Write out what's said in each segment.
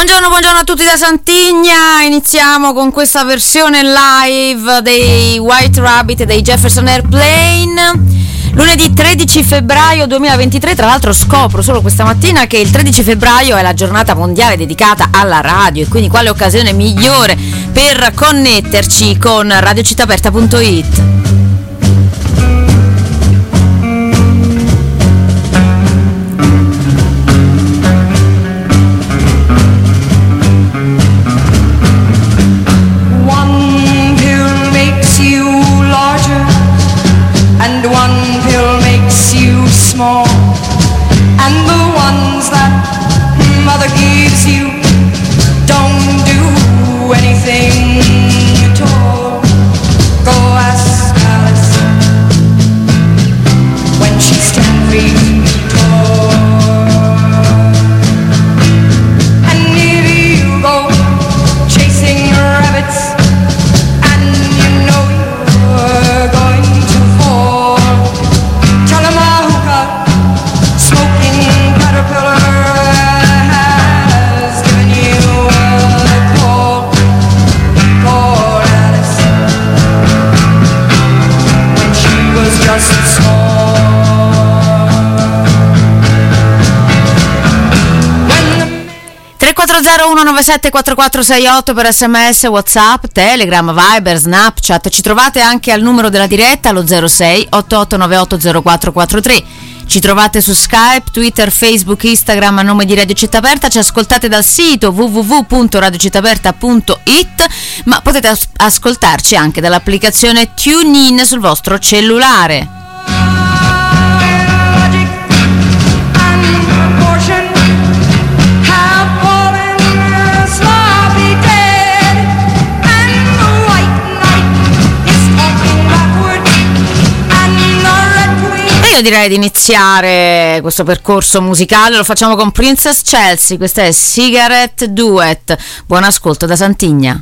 Buongiorno a tutti da Santigna. Iniziamo con questa versione live dei White Rabbit e dei Jefferson Airplane. Lunedì 13 febbraio 2023, tra l'altro scopro solo questa mattina che il 13 febbraio è la giornata mondiale dedicata alla radio e quindi quale occasione migliore per connetterci con radiocittaaperta.it. Small, and the ones that mother gives you don't do anything at all. Go ask Alice when she's 10 feet tall. And if you go chasing rabbits and you know you're going to fall, tell them has given you a call. Call Alice when she was just small. 340-197-4468 per SMS, WhatsApp, Telegram, Viber, Snapchat. Ci trovate anche al numero della diretta allo 06 8898 0443. Ci trovate su Skype, Twitter, Facebook, Instagram a nome di Radio Città Aperta. Ci ascoltate dal sito www.radiocittaaperta.it, ma potete ascoltarci anche dall'applicazione TuneIn sul vostro cellulare. Io direi di iniziare questo percorso musicale, lo facciamo con Princess Chelsea, questa è Cigarette Duet. Buon ascolto da Santigna.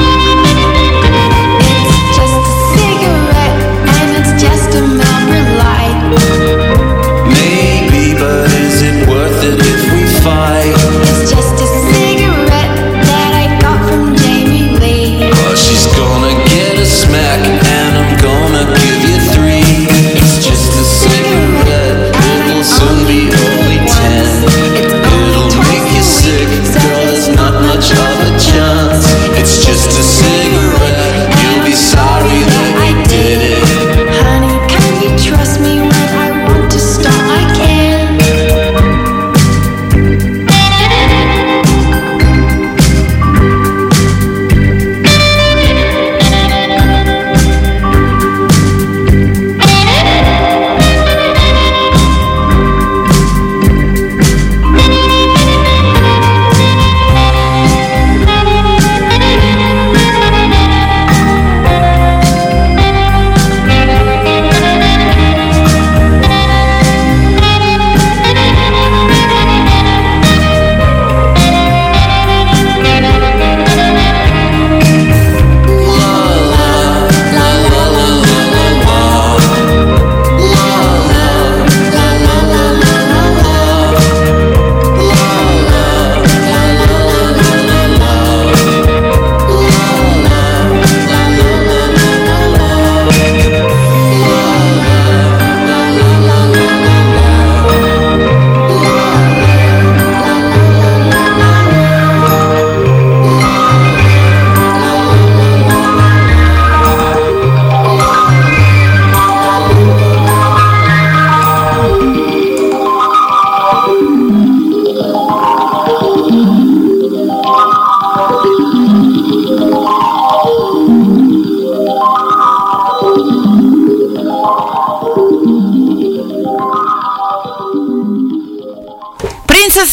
Just a cigarette and it's just a memory life.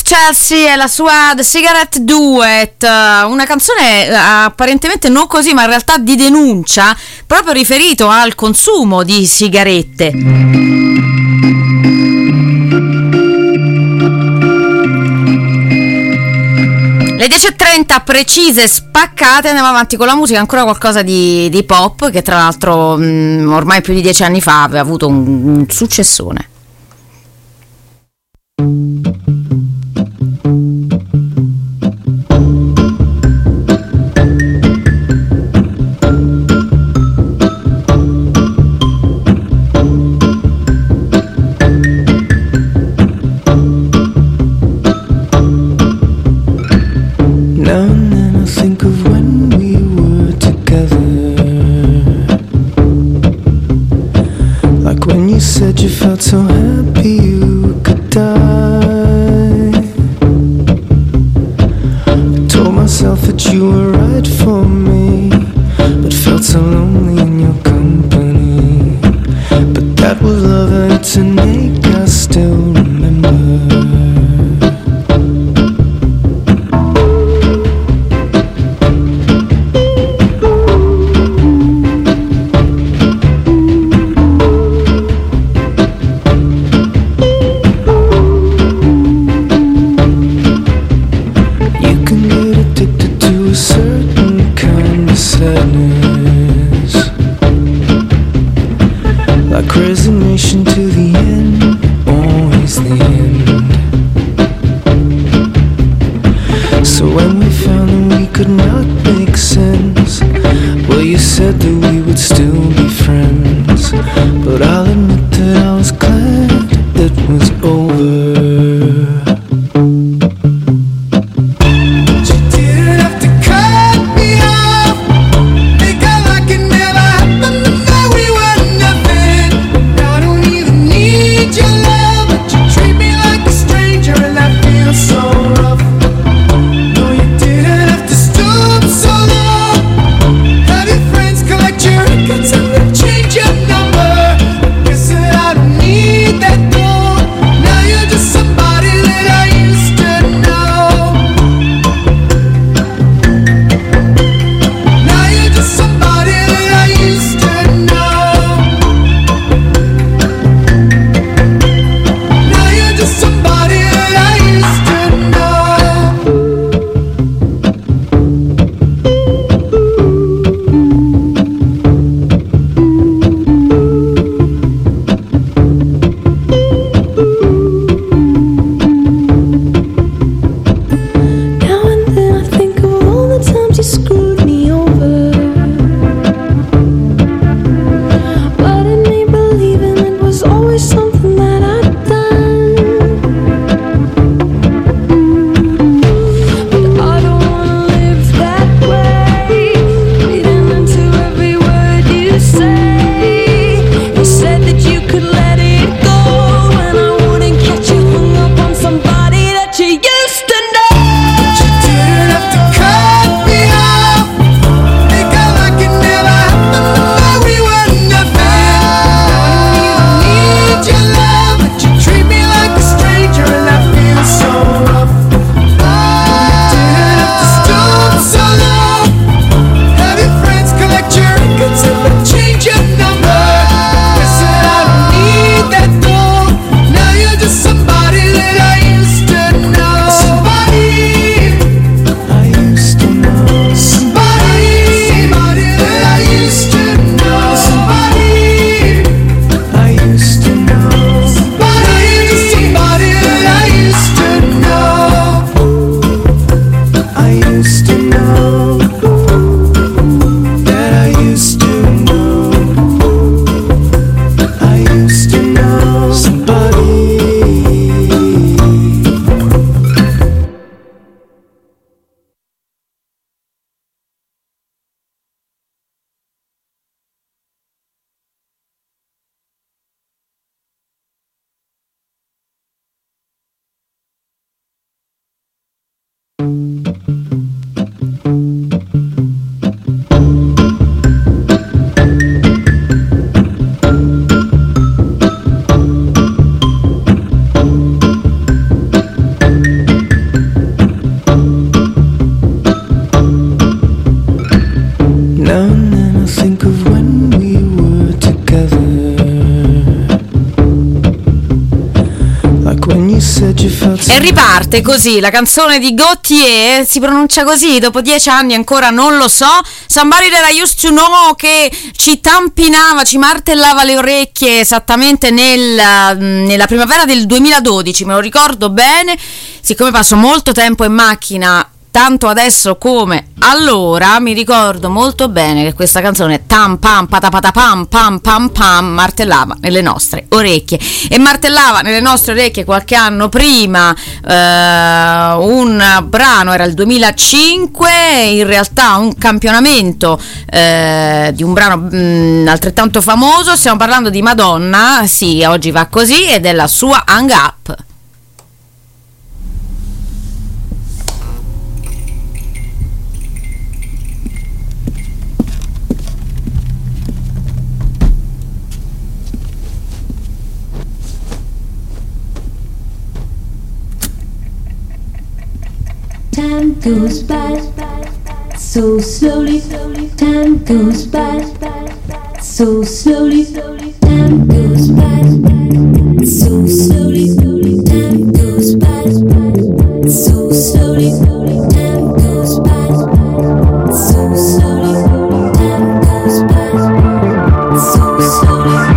Chelsea e la sua The Cigarette Duet, una canzone apparentemente non così, ma in realtà di denuncia, proprio riferito al consumo di sigarette. Le 10:30 precise, spaccate, andiamo avanti con la musica, ancora qualcosa di pop che tra l'altro ormai più di 10 anni fa aveva avuto un successone. You felt so happy you could die. I told myself that you were right for me, but felt so lonely in your company. But that was love and it's an ache I still remember. Resignation to the end, always the end. So when we found that we could not make sense, well, you said that we would still be friends. But I'll admit that I was glad it was over. Change your number, 'cause E riparte così la canzone di Gautier, si pronuncia così, dopo 10 anni ancora non lo so. Somebody That I Used to Know, che ci tampinava, ci martellava le orecchie esattamente nella primavera del 2012, me lo ricordo bene, siccome passo molto tempo in macchina, tanto adesso come allora, mi ricordo molto bene che questa canzone tam pam patapata pam pam pam pam martellava nelle nostre orecchie, e martellava nelle nostre orecchie qualche anno prima un brano, era il 2005, in realtà un campionamento di un brano altrettanto famoso. Stiamo parlando di Madonna, sì, oggi va così, e della sua Hang Up. Time goes by so slowly. Time goes by so slowly. Time goes by so slowly. Time goes by so slowly. Time goes by so slowly. Time goes by so slowly.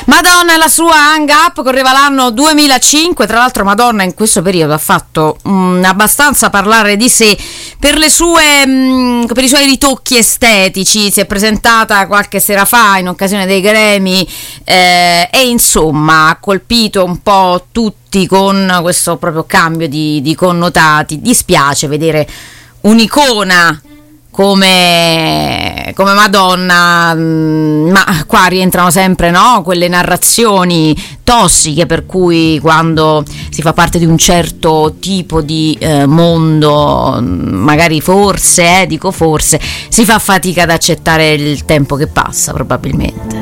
Madonna e la sua Hang Up correva l'anno 2005, tra l'altro Madonna in questo periodo ha fatto abbastanza parlare di sé per le sue per i suoi ritocchi estetici. Si è presentata qualche sera fa in occasione dei Grammy e insomma ha colpito un po' tutti con questo proprio cambio di connotati. Dispiace vedere un'icona come Madonna, ma qua rientrano sempre, no, quelle narrazioni tossiche per cui quando si fa parte di un certo tipo di mondo, magari forse, dico forse, si fa fatica ad accettare il tempo che passa, probabilmente.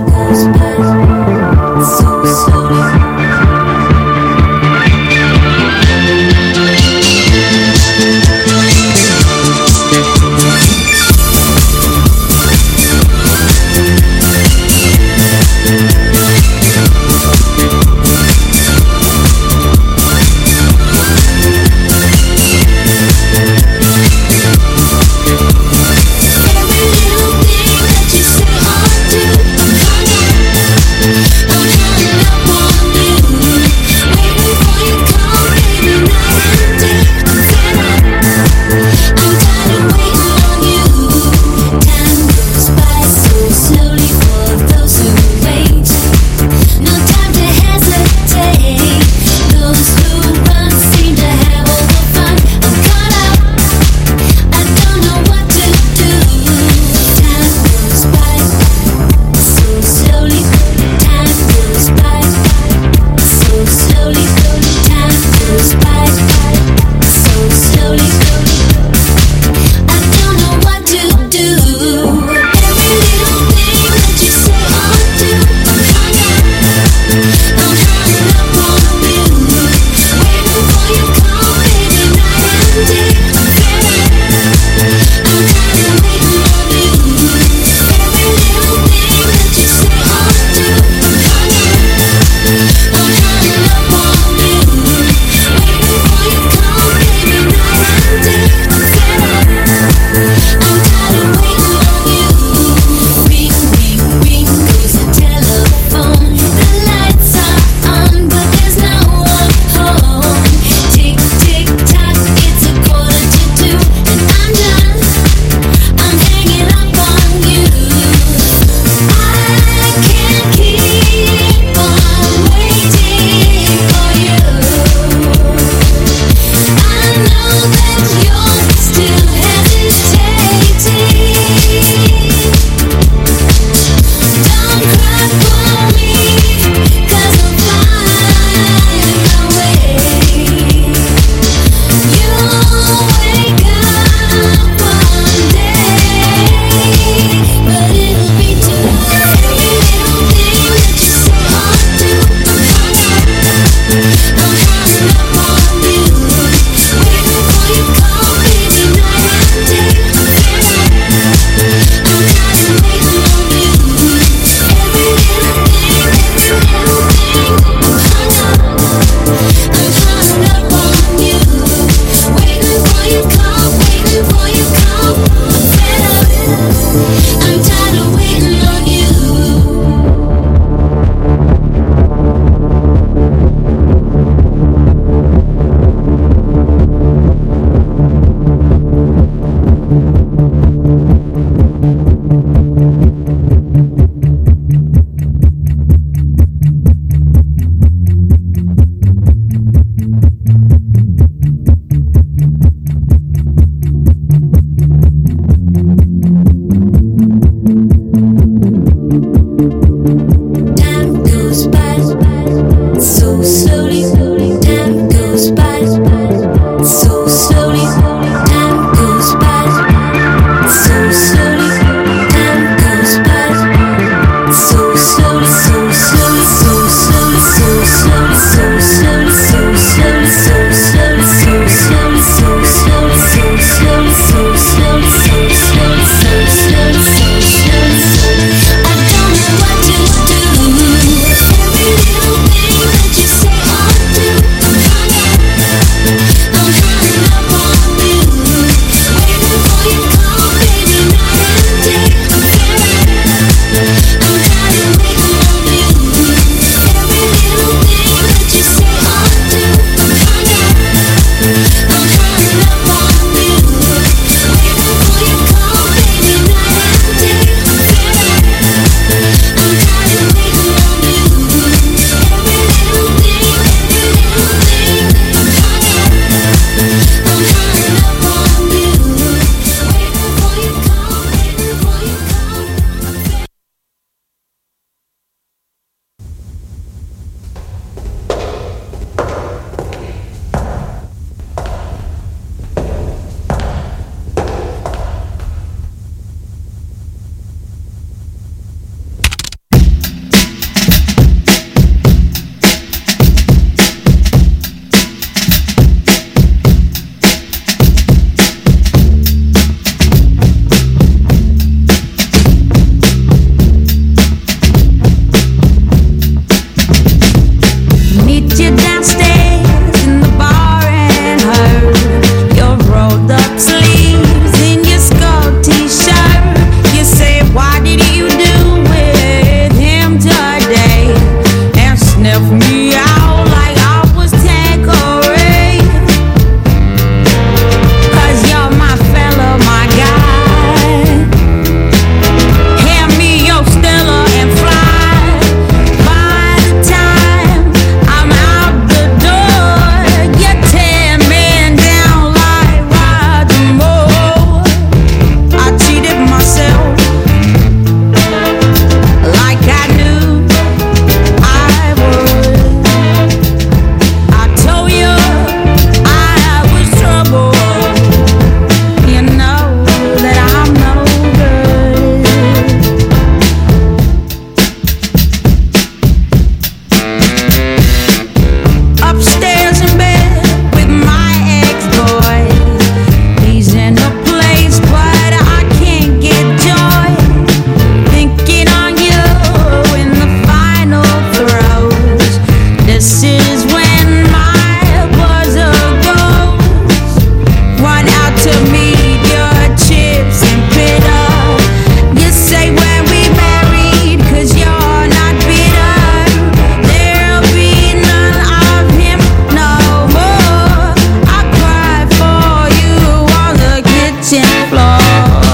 I'm counting up on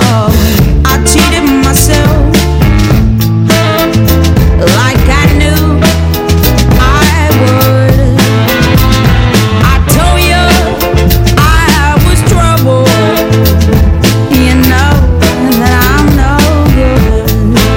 I cheated myself like I knew I would. I told you I was trouble. You know that I'm no good.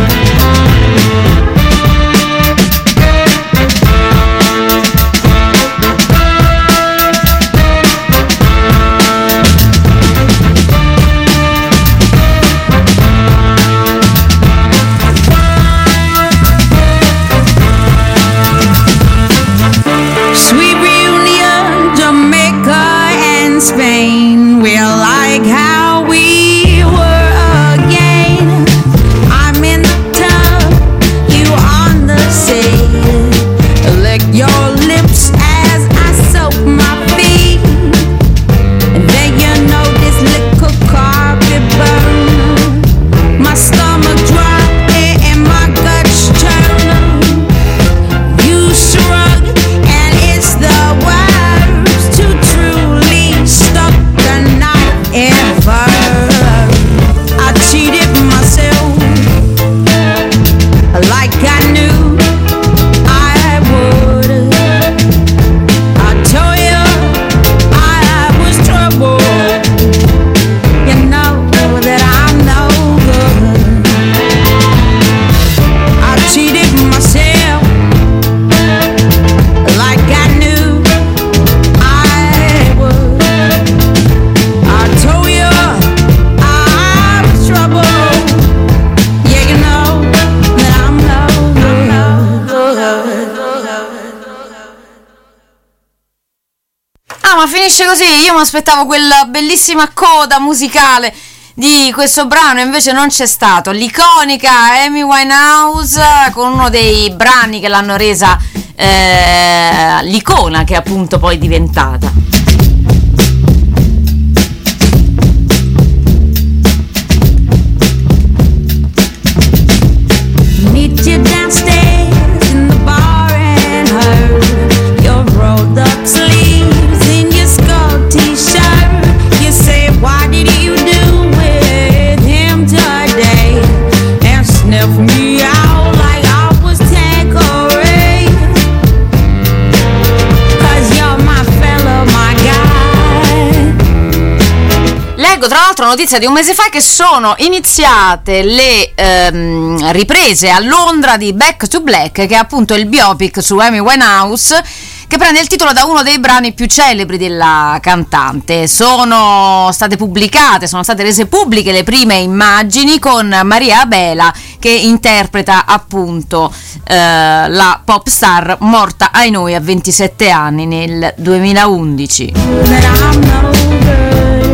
Sweet reunion, Jamaica and Spain. We're like how we were again. I'm in the tub, you on the sea. Lick your lips as I soak my feet. And then you know this little carpet burn. My stomach drop and my guts churn. You shrug and it's the words to truly stuck the knife ever. I cheated myself like I knew I would. I told you I was trouble. You know that I'm no good. I cheated myself like I knew I would. I told you I was trouble. Yeah, you know that I'm no good. Ah, ma finisce così? Io mi aspettavo quella bellissima coda musicale di questo brano, invece non c'è stato. L'iconica Amy Winehouse con uno dei brani che l'hanno resa l'icona che appunto poi è diventata. Meet you downstairs in the bar and her. Your rolled up sleeves in your skull t-shirt. You say, why did you do with him today? And sniff me out like I was Tanqueray. 'Cause you're my fella, my guy. Leggo tra l'altro notizia di un mese fa che sono iniziate le riprese a Londra di Back to Black, che è appunto il biopic su Amy Winehouse, che prende il titolo da uno dei brani più celebri della cantante. Sono state rese pubbliche le prime immagini con Maria Abela che interpreta appunto la pop star morta ai noi a 27 anni nel 2011. That I'm no good.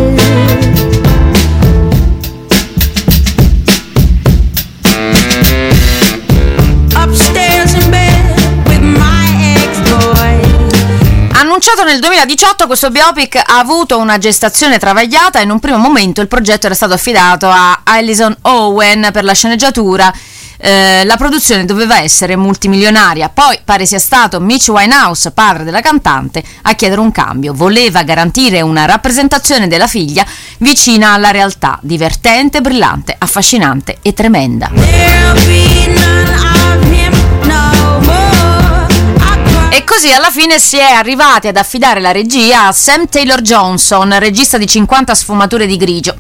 Upstairs in bed with my ex-boy. Annunciato nel 2018, questo biopic ha avuto una gestazione travagliata. In un primo momento il progetto era stato affidato a Alison Owen per la sceneggiatura. La produzione doveva essere multimilionaria, poi pare sia stato Mitch Winehouse, padre della cantante, a chiedere un cambio. Voleva garantire una rappresentazione della figlia vicina alla realtà, divertente, brillante, affascinante e tremenda. There'll be none of him no more. I E così alla fine si è arrivati ad affidare la regia a Sam Taylor Johnson, regista di 50 sfumature di grigio.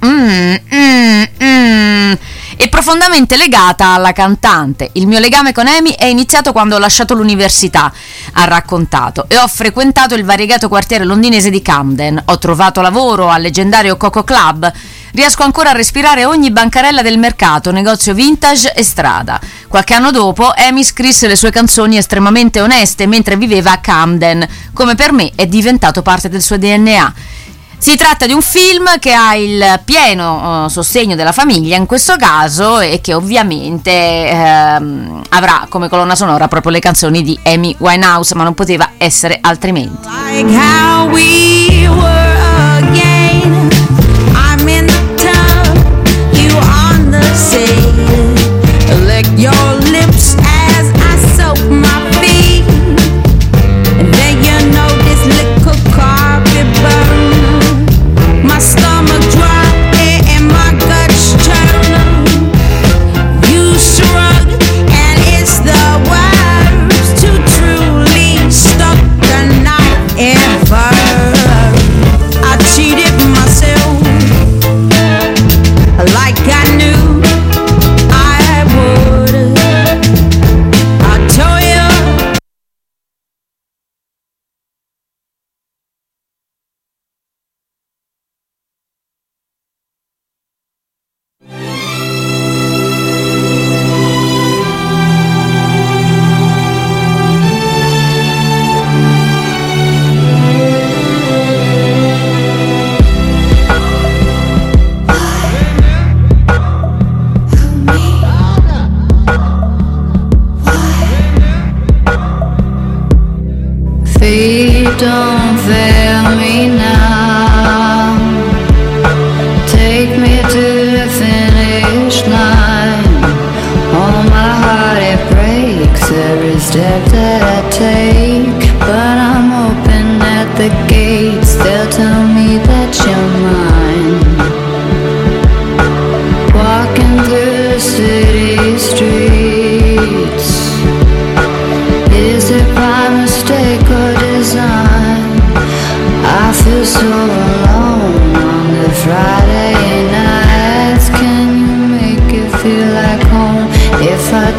E profondamente legata alla cantante. Il mio legame con Amy è iniziato quando ho lasciato l'università, ha raccontato, e ho frequentato il variegato quartiere londinese di Camden. Ho trovato lavoro al leggendario Coco Club. Riesco ancora a respirare ogni bancarella del mercato, negozio vintage e strada. Qualche anno dopo Amy scrisse le sue canzoni estremamente oneste mentre viveva a Camden. Come per me è diventato parte del suo DNA. Si tratta di un film che ha il pieno sostegno della famiglia in questo caso, e che ovviamente avrà come colonna sonora proprio le canzoni di Amy Winehouse, ma non poteva essere altrimenti. like how we were again. I'm in the tub, you on the sea. Lick your lips as I soak my feet. And then you know this little carpet burn. My stomach drop and my guts churn.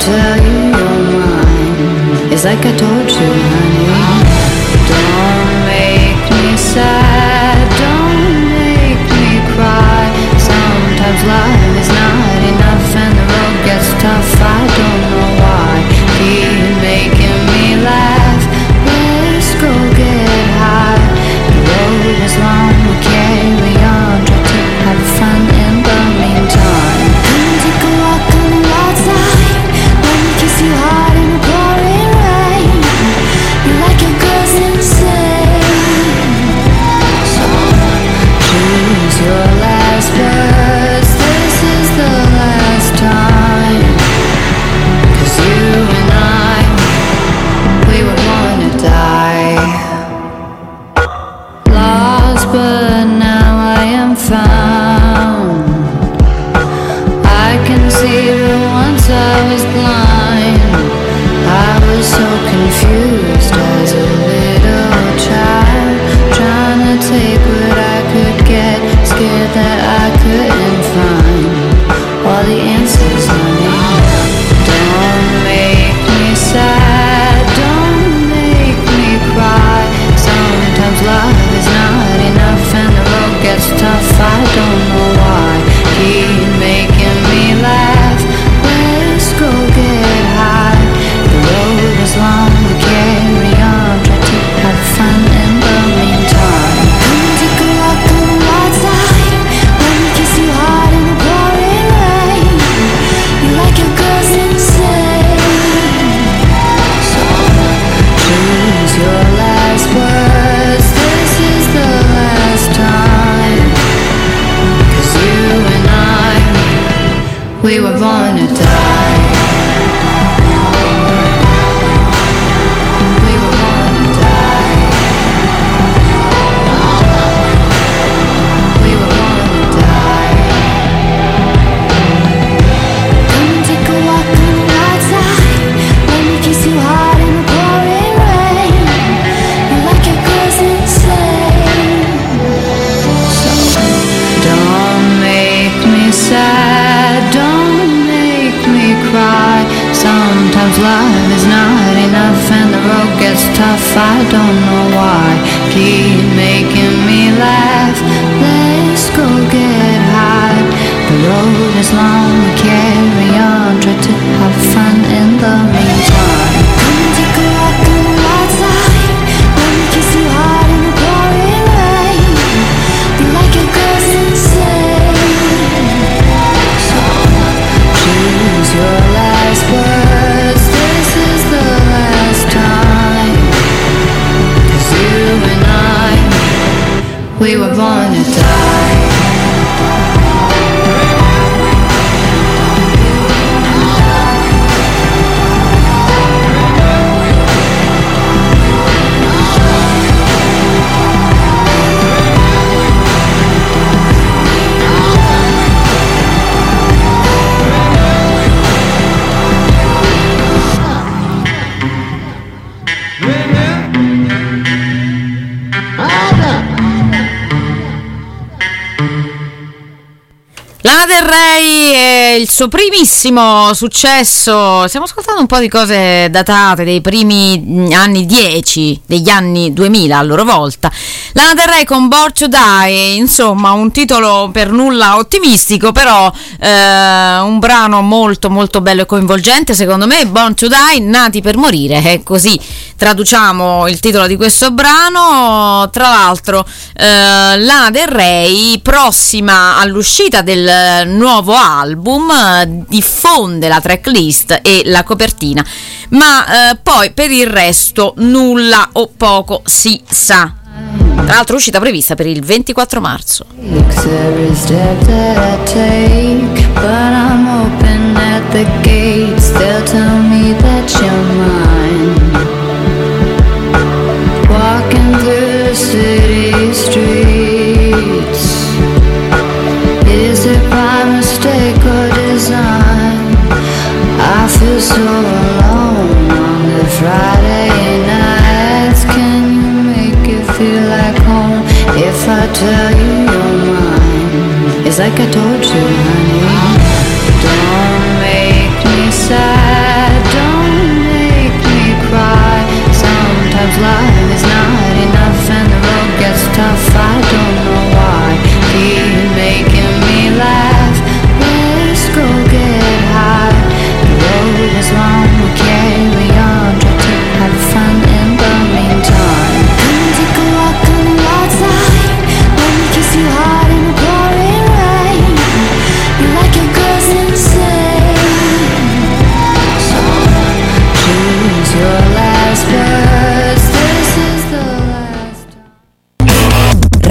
tell you you're mine, it's like I told you, honey. Don't make me sad, don't make me cry. Sometimes love is not enough and the road gets tough. I don't know why. Keep making me laugh. Let's go get high. The road is long, we carry on. Try to have fun in the meantime. Come take a walk on the outside. Let me kiss you hard in the pouring rain. You like your girls insane. So choose your last words. This is the last time. 'Cause you and I, we were born to die. Lost but now I am found. I can see that once I was blind. I was so confused as a little child, trying to take what I could get, scared that I couldn't find all the answers, honey. Don't make me sad, don't make me cry. Sometimes love is not enough and the road gets tough. I don't know why. Keep making me laugh. Let's go get high. The road is long, we carry on. Try to have fun in the meantime. Come take a walk on the outside. Let me kiss you hard in the pouring rain. You like your girls insane. So choose your last words. This is the last time. 'Cause you and I, we were born to die. We were born to die. We were born to die. Come take a walk on the outside. Let me kiss you hard in the pouring rain. You like your girls insane. So don't make me sad, don't make me cry. Sometimes love is not enough and the road gets tough. I don't know why. Keep making me laugh. Let's go get high. The road is long, we carry on. Try to have fun in the meantime. Come take a walk on the outside. Let me kiss you hard in the pouring rain. You like your girls insane. So choose your last words. This is the last time. 'Cause you and I, we were born to die. Lana Del Rey e il suo primissimo successo. Stiamo ascoltando un po' di cose datate dei primi anni 10, degli anni 2000 a loro volta. Lana Del Rey con Born to Die, insomma un titolo per nulla ottimistico, però un brano molto molto bello e coinvolgente secondo me. Born to Die, nati per morire, così traduciamo il titolo di questo brano. Tra l'altro Lana Del Rey, prossima all'uscita del nuovo album, diffonde la tracklist e la copertina, ma poi per il resto nulla o poco si sa. Tra l'altro uscita prevista per il 24 marzo. Every step that I take, but I'm open at the gates. They'll tell me that you're mine. Walking through the city streets, is it by mistake or design? I feel so alone on the Friday nights. Can you make it feel like home if I tell you you're mine? It's like I told you, honey. Don't make me sad.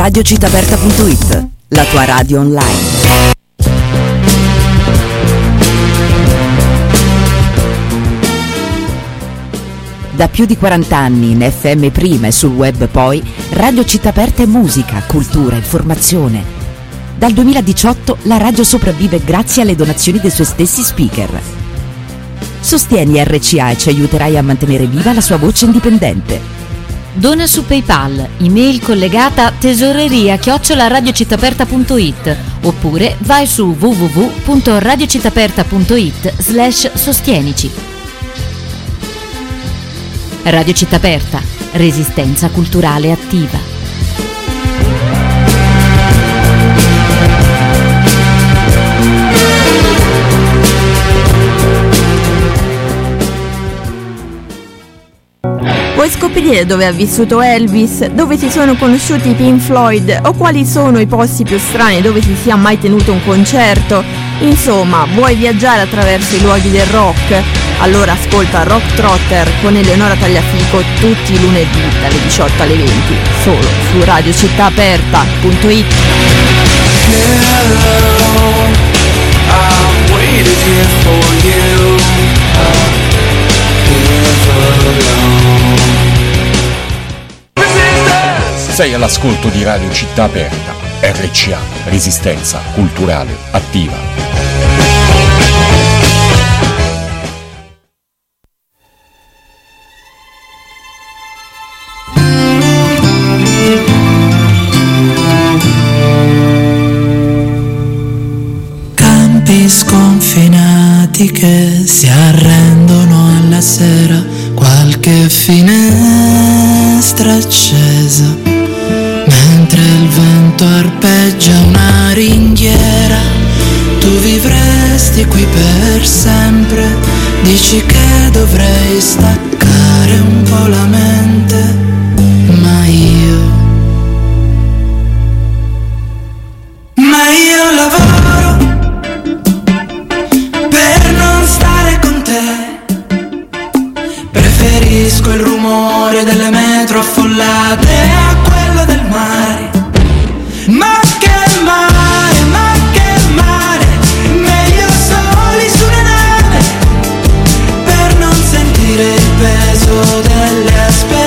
radiocittaaperta.it, la tua radio online. Da più di 40 anni in FM prima e sul web poi, Radio Città Aperta è musica, cultura, informazione. Dal 2018 la radio sopravvive grazie alle donazioni dei suoi stessi speaker. Sostieni RCA e ci aiuterai a mantenere viva la sua voce indipendente. Dona su PayPal, email collegata tesoreria@radiocittaaperta.it oppure vai su www.radiocittaaperta.it/sostienici. Radio Città Aperta, resistenza culturale attiva. Vuoi scoprire dove ha vissuto Elvis, dove si sono conosciuti i Pink Floyd o quali sono i posti più strani dove si sia mai tenuto un concerto? Insomma, vuoi viaggiare attraverso i luoghi del rock? Allora ascolta Rock Trotter con Eleonora Tagliafico tutti i lunedì dalle 18 alle 20, solo su radiocittaaperta.it. Sei all'ascolto di Radio Città Aperta, RCA, resistenza culturale attiva. Campi sconfinati che si arrendono alla sera, qualche finestra accesa, mentre il vento arpeggia una ringhiera. Tu vivresti qui per sempre, dici che dovrei staccare un po' la mente, ma io lavoro per non stare con te. Preferisco il rumore delle metro affollate a quello del mare. Ma che mare, meglio soli su una nave, per non sentire il peso delle aspettative.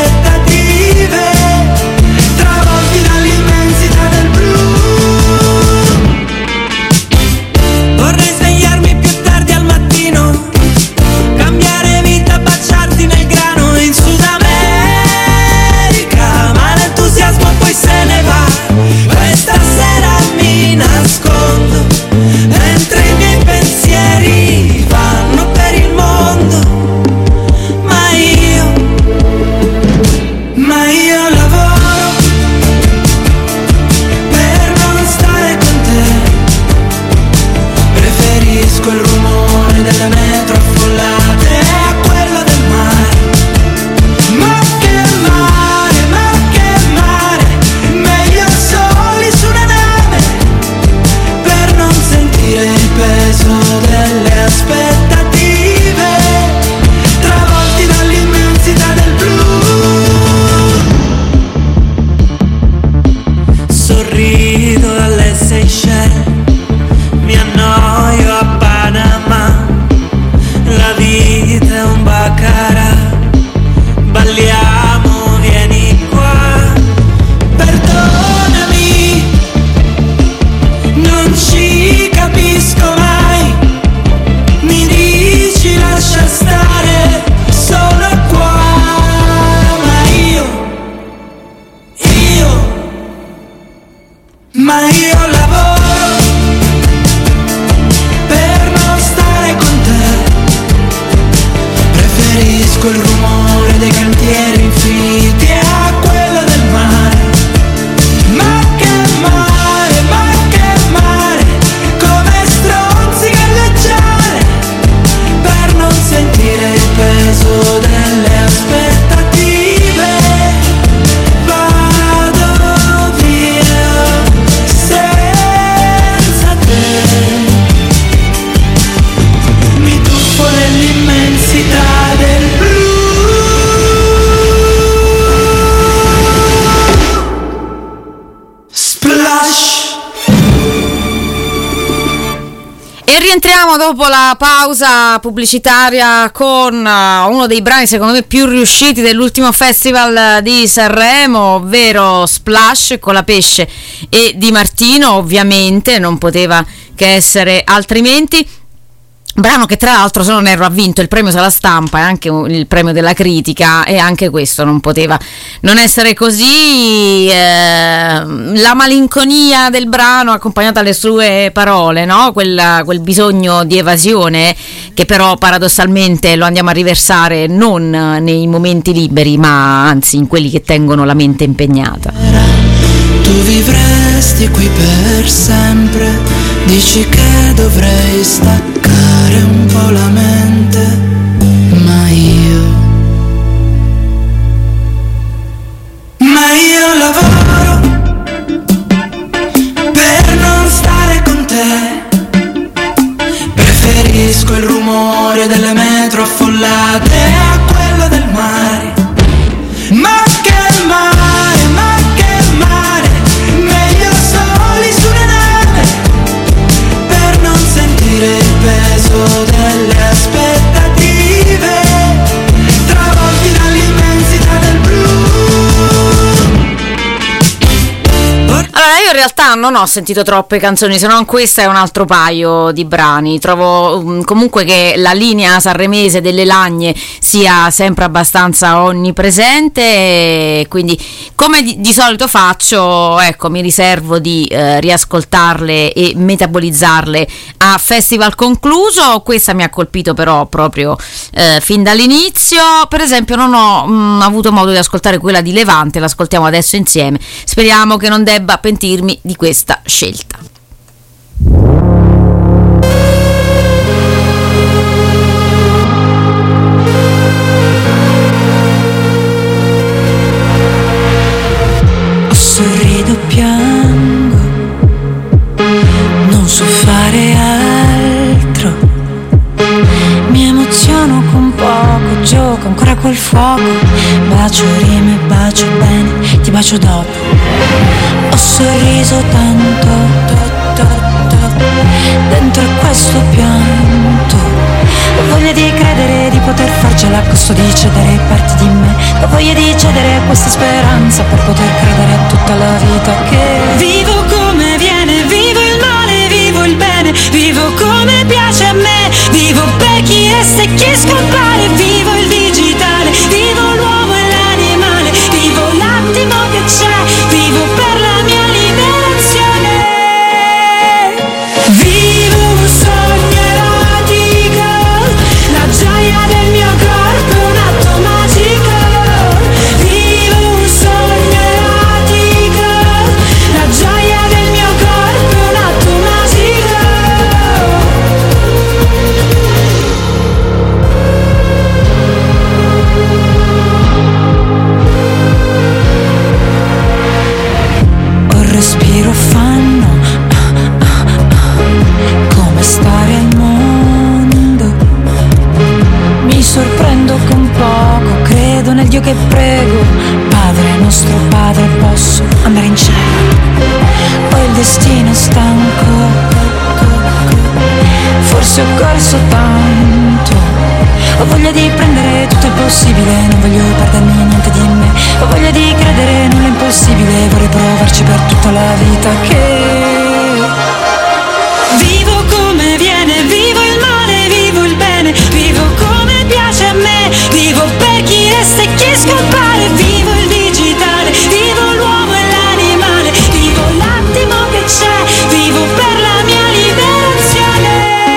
Rientriamo dopo la pausa pubblicitaria con uno dei brani secondo me più riusciti dell'ultimo festival di Sanremo, ovvero Splash con la Pesce e Di Martino. Ovviamente non poteva che essere altrimenti. Brano che tra l'altro, se non erro, ha vinto il premio Sala Stampa e anche il premio della critica, e anche questo non poteva non essere così. La malinconia del brano accompagnata alle sue parole, no? Quel bisogno di evasione che però paradossalmente lo andiamo a riversare non nei momenti liberi, ma anzi in quelli che tengono la mente impegnata. Tu vivresti qui per sempre, dici che dovrei staccare un po' la mente, ma io lavoro per non stare con te, preferisco il rumore delle metro affollate a quello del mare, ma che mare, ma che mare, meglio soli su una nave, per non sentire il peso delle aspettative, travolti dall'immensità del blu. Allora, io in realtà non ho sentito troppe canzoni, se non questa e un altro paio di brani. Trovo comunque che la linea sanremese delle lagne sia sempre abbastanza onnipresente, e quindi, come di solito faccio, ecco, mi riservo di riascoltarle e metabolizzarle a festival concluso. Questa mi ha colpito però proprio fin dall'inizio. Per esempio non ho avuto modo di ascoltare quella di Levante, l'ascoltiamo adesso insieme, speriamo che non debba pentirmi di questa scelta. Sorrido, piango, non so fare altro, mi emoziono con poco, gioco ancora col fuoco, bacio rime, bacio bene, ti bacio dopo. Ho sorriso tanto, dentro questo pianto, ho voglia di credere di poter farcela a costo di cedere parti di me, ho voglia di cedere a questa speranza per poter credere a tutta la vita che vivo come viene, vivo il male, vivo il bene, vivo come piace a me, vivo per chi resta e chi scompare, vivo il digitale, vivo l'uomo e l'animale, vivo l'attimo che c'è, vivo per la mia liberazione, vivo un sogno erotico, la gioia del mio corpo è un atto magico, vivo un sogno erotico, la gioia del mio corpo è un atto magico. Un respiro fanno come stare al mondo, mi sorprendo con poco, credo nel Dio che prego, Padre nostro Padre, posso andare in cielo, ho il destino stanco, forse ho corso tanto, ho voglia di prendere tutto il possibile, non voglio perdermi niente di me, ho voglia di credere nulla è impossibile, vorrei provarci per tutta la vita che vivo come viene, vivo il male, vivo il bene, vivo come piace a me, vivo per chi resta e chi scompare, vivo il digitale, vivo l'uomo e l'animale, vivo l'attimo che c'è, vivo per la mia liberazione,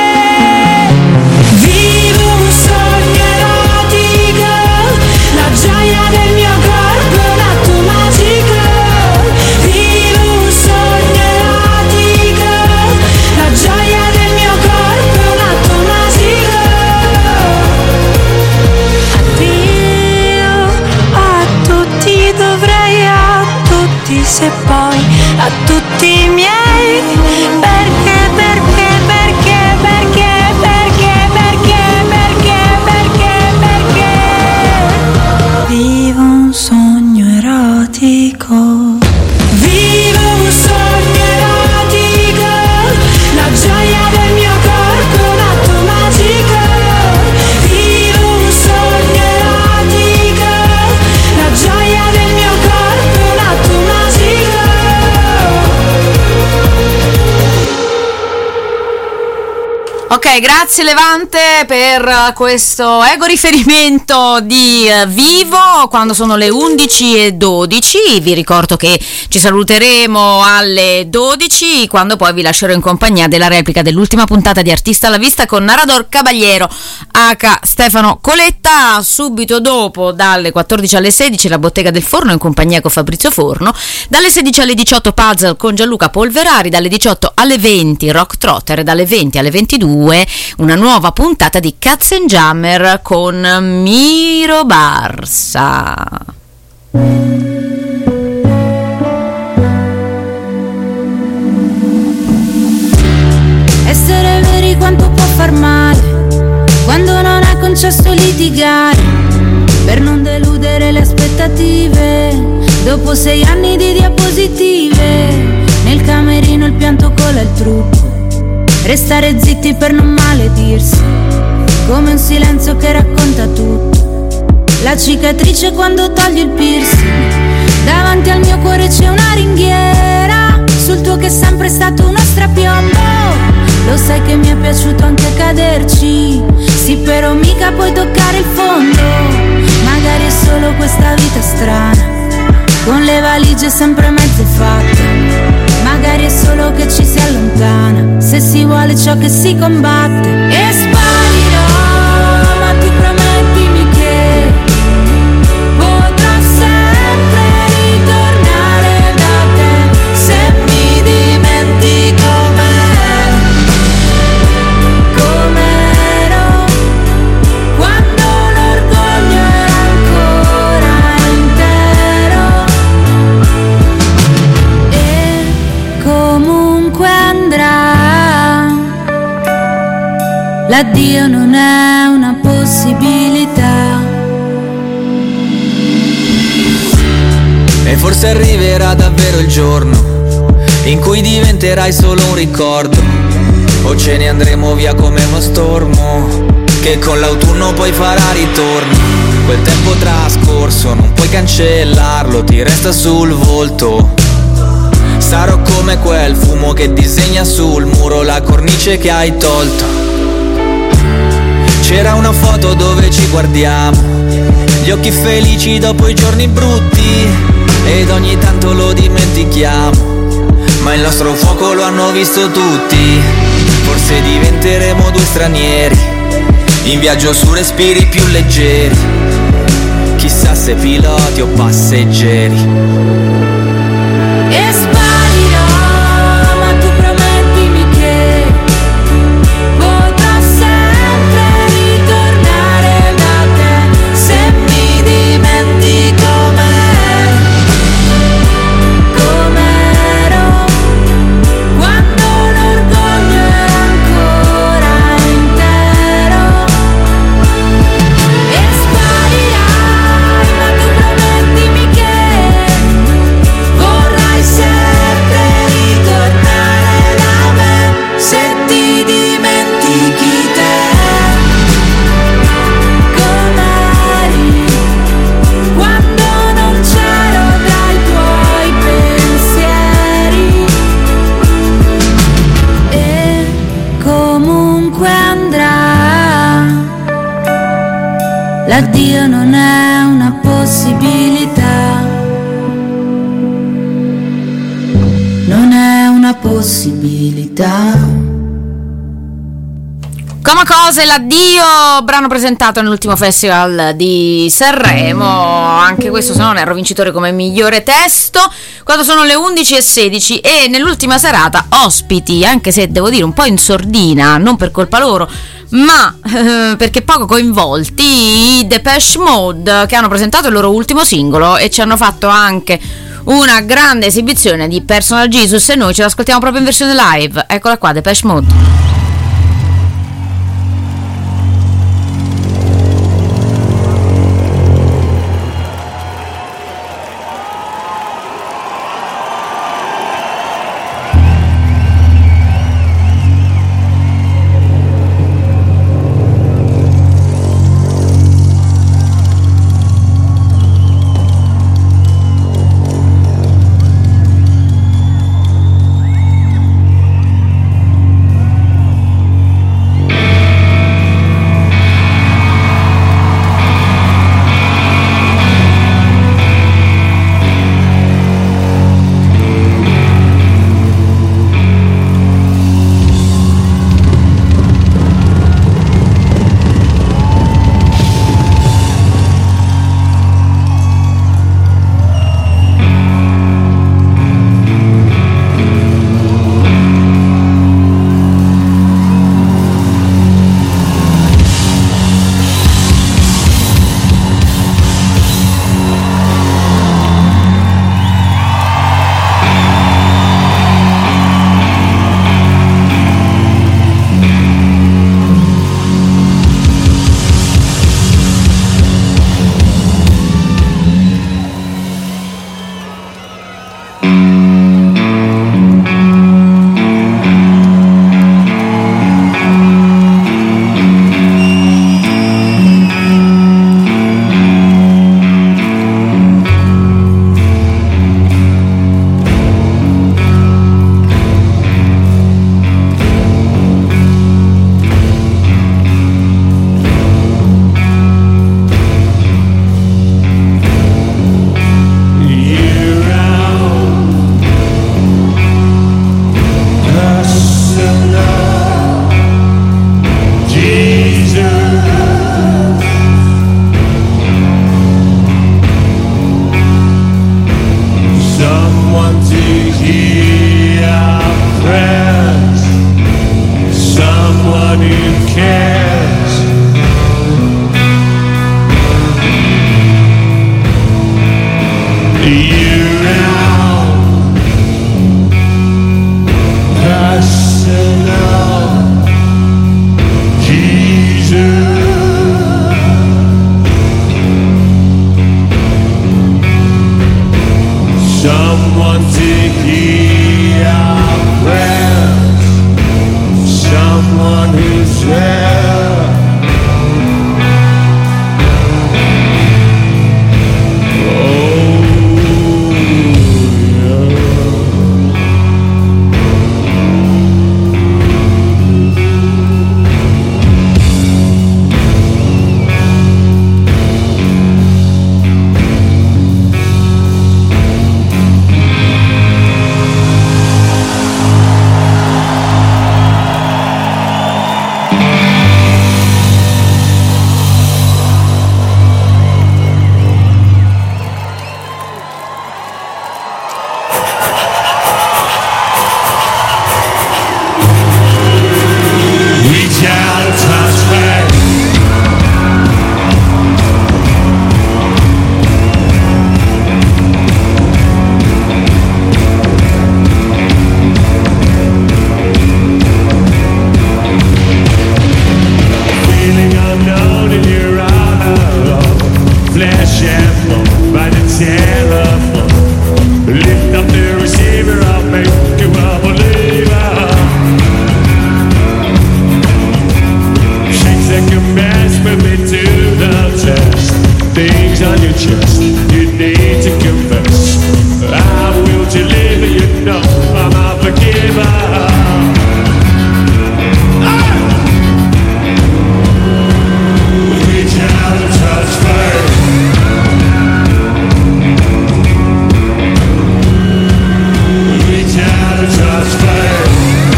vivo un sogno erotico, la gioia del mio corpo è un atto magico, vivo un sogno erotico, la gioia Ok, grazie Levante per questo ego riferimento di Vivo quando sono le 11:12. Vi ricordo che ci saluteremo alle 12 quando poi vi lascerò in compagnia della replica dell'ultima puntata di Artista alla Vista con Narador Caballero H. Stefano Coletta. Subito dopo dalle 14 alle 16 la Bottega del Forno in compagnia con Fabrizio Forno, dalle 16 alle 18 Puzzle con Gianluca Polverari, dalle 18 alle 20 Rock Trotter e dalle 20 alle 22 una nuova puntata di Katzenjammer con Miro Barsa. Essere veri quanto può far male quando non è concesso litigare per non deludere le aspettative. Dopo 6 anni di diapositive nel camerino il pianto cola il trucco. Restare zitti per non maledirsi, come un silenzio che racconta tutto. La cicatrice quando togli il piercing. Davanti al mio cuore c'è una ringhiera, sul tuo che è sempre stato uno strapiombo. Lo sai che mi è piaciuto anche caderci, sì però mica puoi toccare il fondo. Magari è solo questa vita strana, con le valigie sempre mezze fatte. Magari è solo che ci si allontana, se si vuole ciò che si combatte. E sparirò, ma tu promettimi che potrò sempre ritornare da te, se mi dimentico com'ero, quando l'orgoglio era ancora intero. E comunque andrà, l'addio non è una possibilità. E forse arriverà davvero il giorno in cui diventerai solo un ricordo, o ce ne andremo via come uno stormo che con l'autunno poi farà ritorno. Quel tempo trascorso non puoi cancellarlo, ti resta sul volto. Sarò come quel fumo che disegna sul muro la cornice che hai tolto. C'era una foto dove ci guardiamo, gli occhi felici dopo i giorni brutti, ed ogni tanto lo dimentichiamo, ma il nostro fuoco lo hanno visto tutti. Forse diventeremo due stranieri in viaggio su respiri più leggeri, chissà se piloti o passeggeri. E sparirò, ma tu promettimi che potrò sempre ritornare da te, se mi dimentico com'ero, quando l'orgoglio era ancora intero. E sparirai, ma tu promettimi che vorrai sempre ritornare da me, se ti dimentichi te com'eri, quando non c'ero tra i tuoi pensieri. E comunque andrà, l'addio non è una possibilità. Non è una possibilità. Come cose, l'addio, brano presentato nell'ultimo festival di Sanremo, anche questo se non erro vincitore come migliore testo, quando sono le 11:16 e nell'ultima serata ospiti, anche se devo dire un po' in sordina, non per colpa loro, ma perché poco coinvolti, i Depeche Mode, che hanno presentato il loro ultimo singolo e ci hanno fatto anche una grande esibizione di Personal Jesus, e noi ce l'ascoltiamo proprio in versione live. Eccola qua, Depeche Mode. just, you need to confess. I will deliver, you know I'm a forgiver. Reach out and touch first. Reach out and touch first.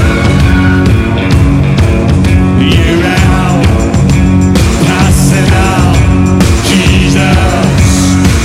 You're out, passing out, Jesus.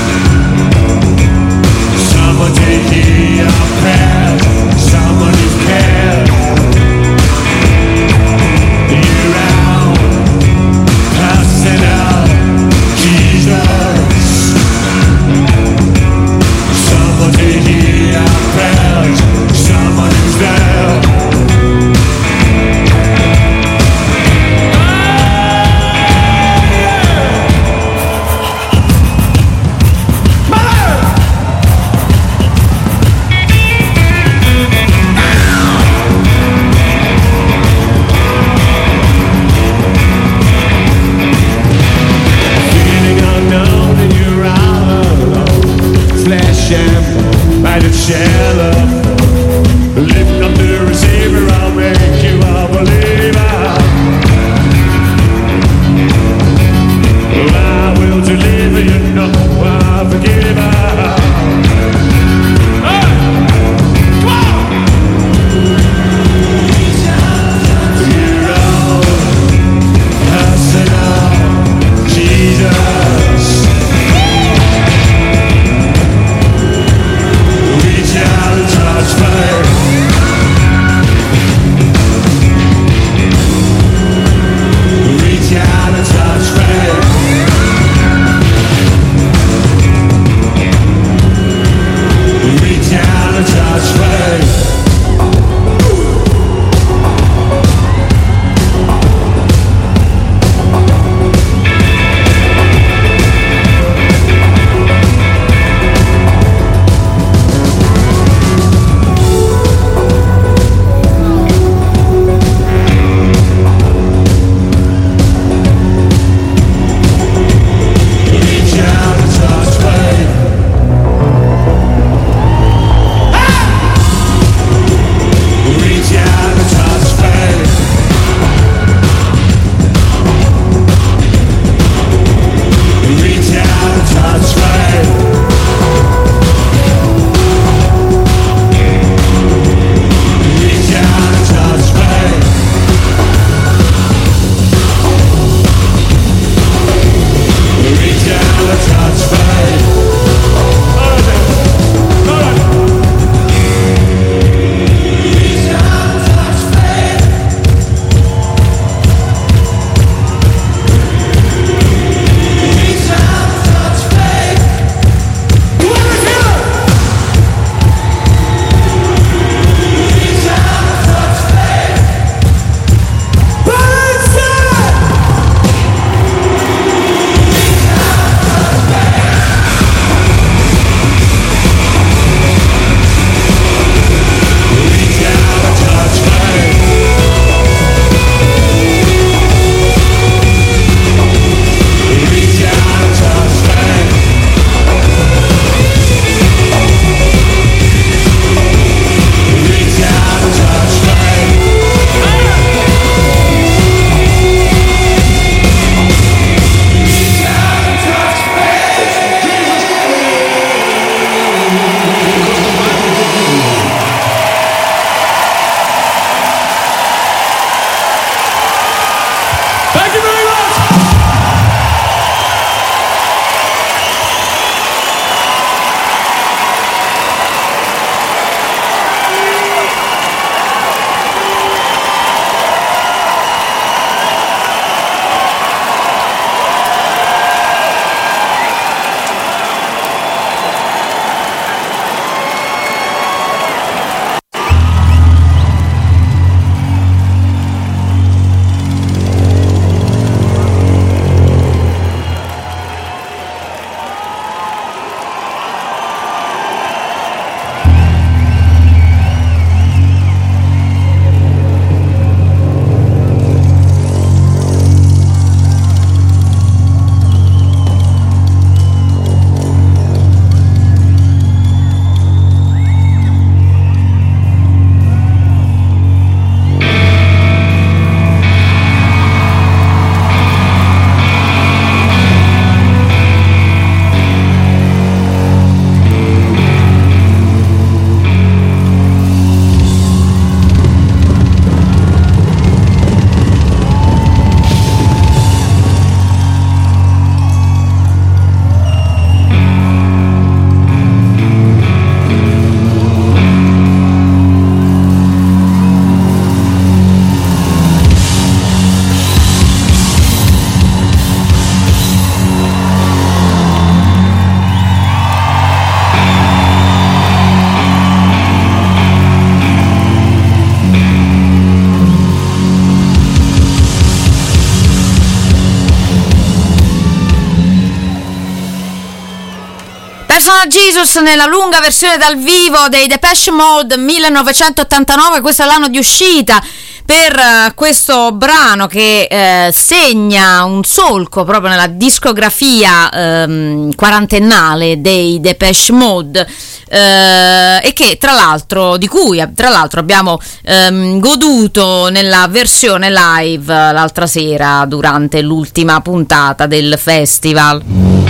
Personal Jesus nella lunga versione dal vivo dei Depeche Mode 1989, questo è l'anno di uscita per questo brano che segna un solco proprio nella discografia quarantennale dei Depeche Mode, e che di cui tra l'altro abbiamo goduto nella versione live l'altra sera durante l'ultima puntata del festival.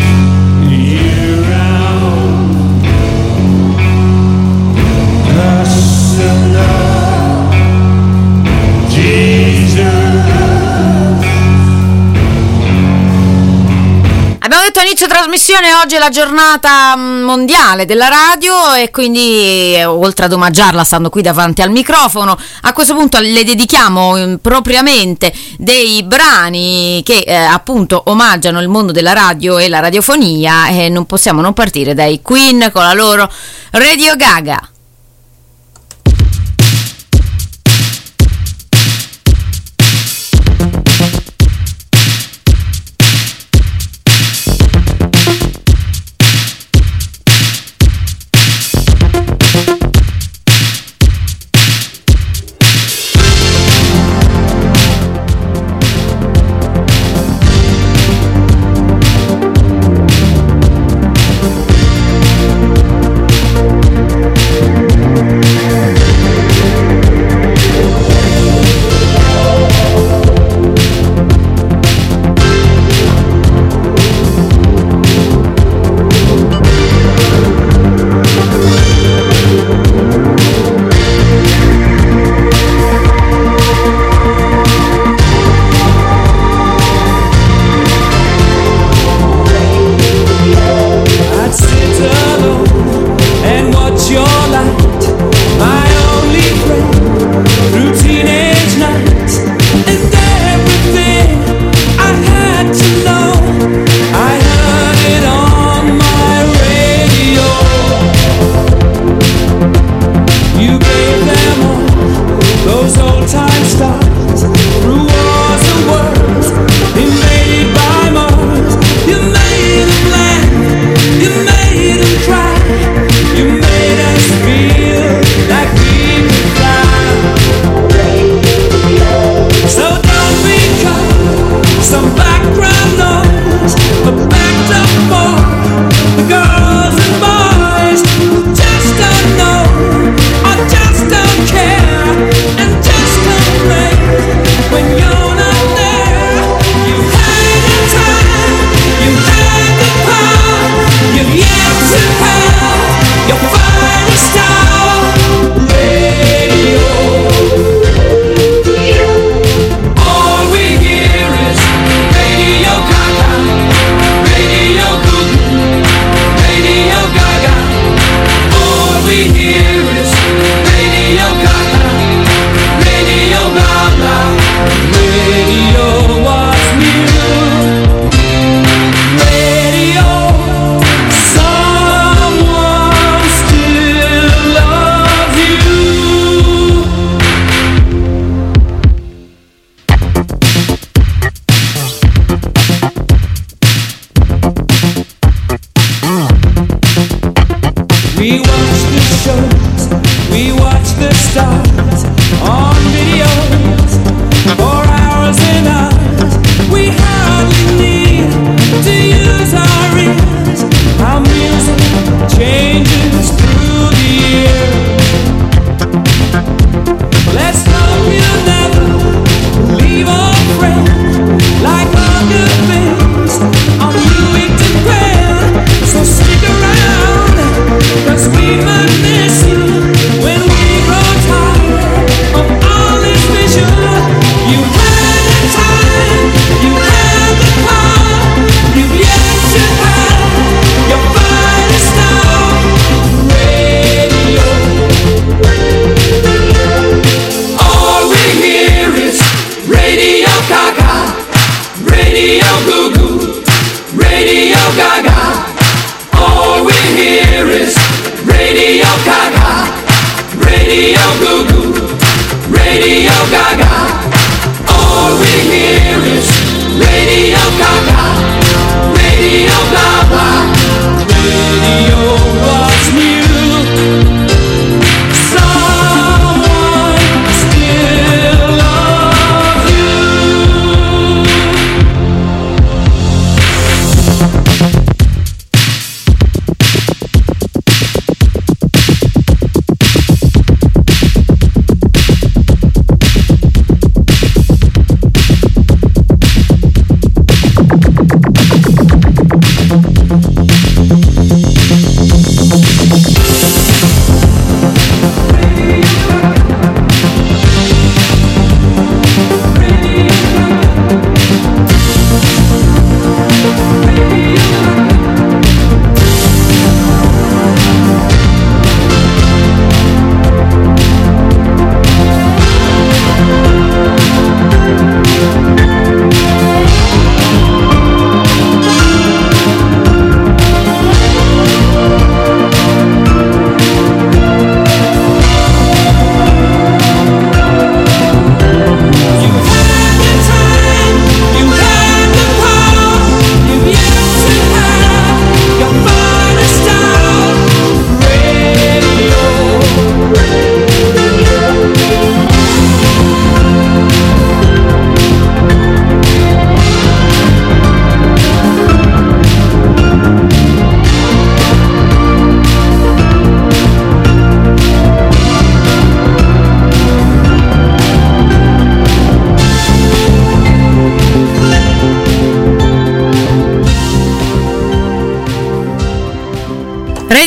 Abbiamo detto all'inizio trasmissione, oggi è la giornata mondiale della radio e quindi oltre ad omaggiarla stando qui davanti al microfono, a questo punto le dedichiamo propriamente dei brani che appunto omaggiano il mondo della radio e la radiofonia, e non possiamo non partire dai Queen con la loro Radio Gaga.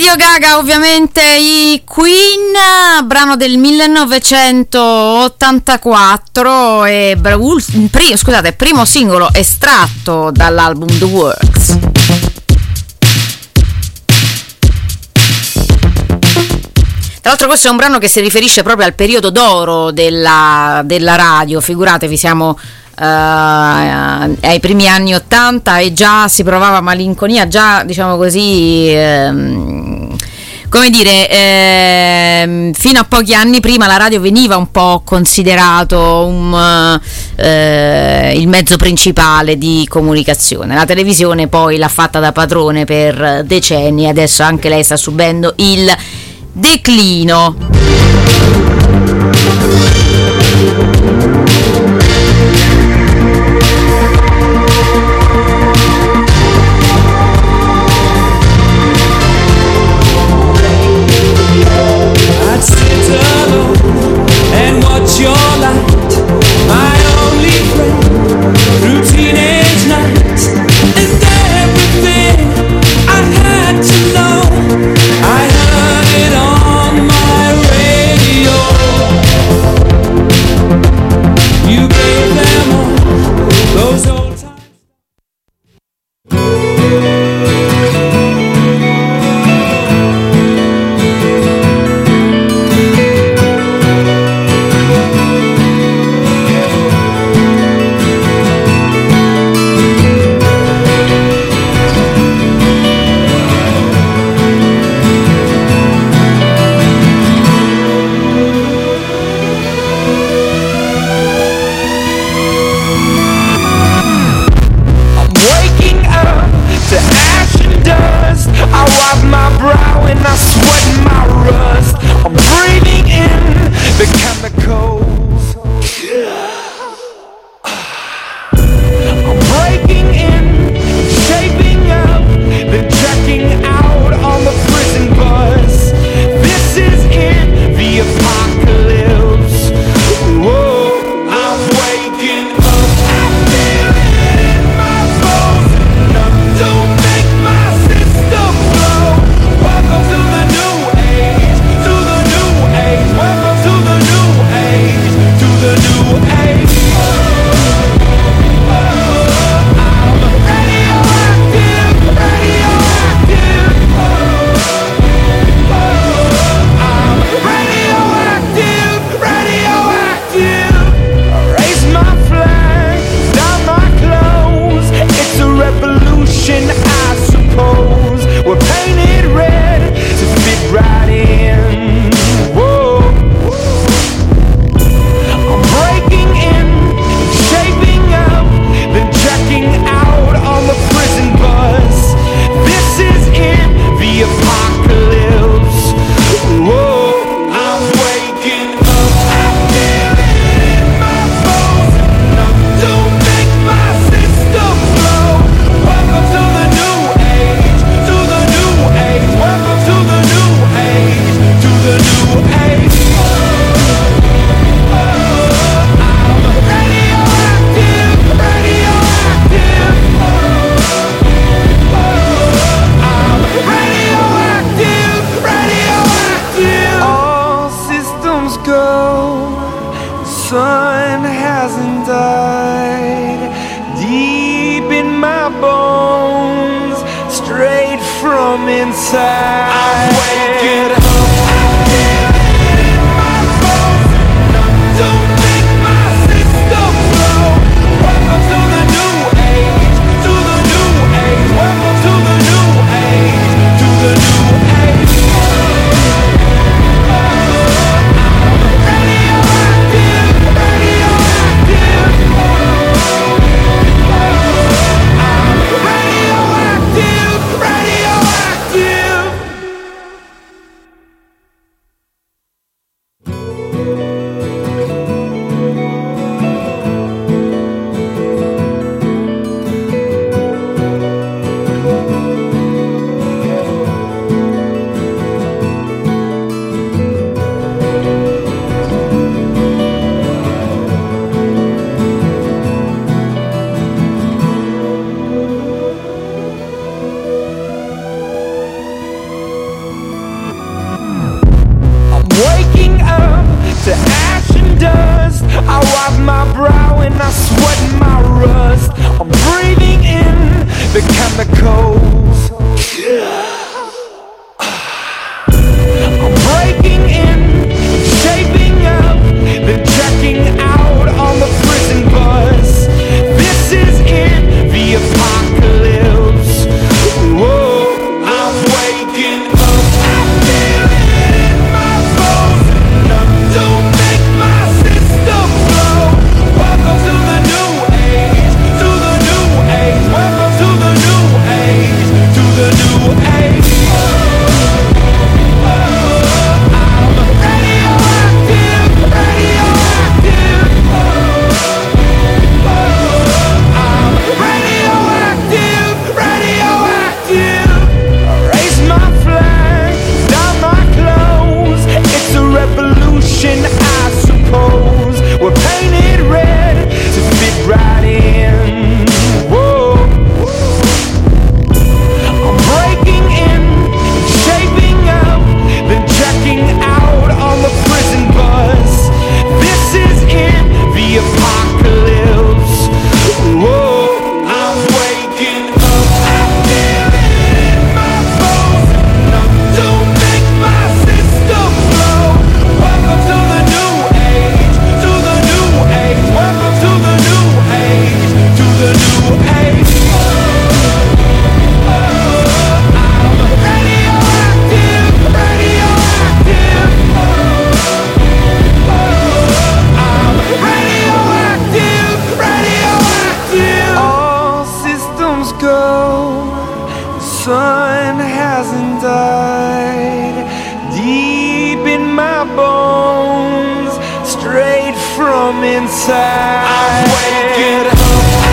Radio Gaga, ovviamente i Queen, brano del 1984 e primo singolo estratto dall'album The Works. Tra l'altro questo è un brano che si riferisce proprio al periodo d'oro della radio, figuratevi, siamo ai primi anni 80 e già si provava malinconia, già diciamo così, come dire, fino a pochi anni prima la radio veniva un po' considerato il mezzo principale di comunicazione. La televisione poi l'ha fatta da padrone per decenni e adesso anche lei sta subendo il declino. I'd sit alone and watch your light, my only friend through teenage nights, and everything I had to know, I heard it on my radio. You gave them all those old times. Radioactive. inside. I'm waking up.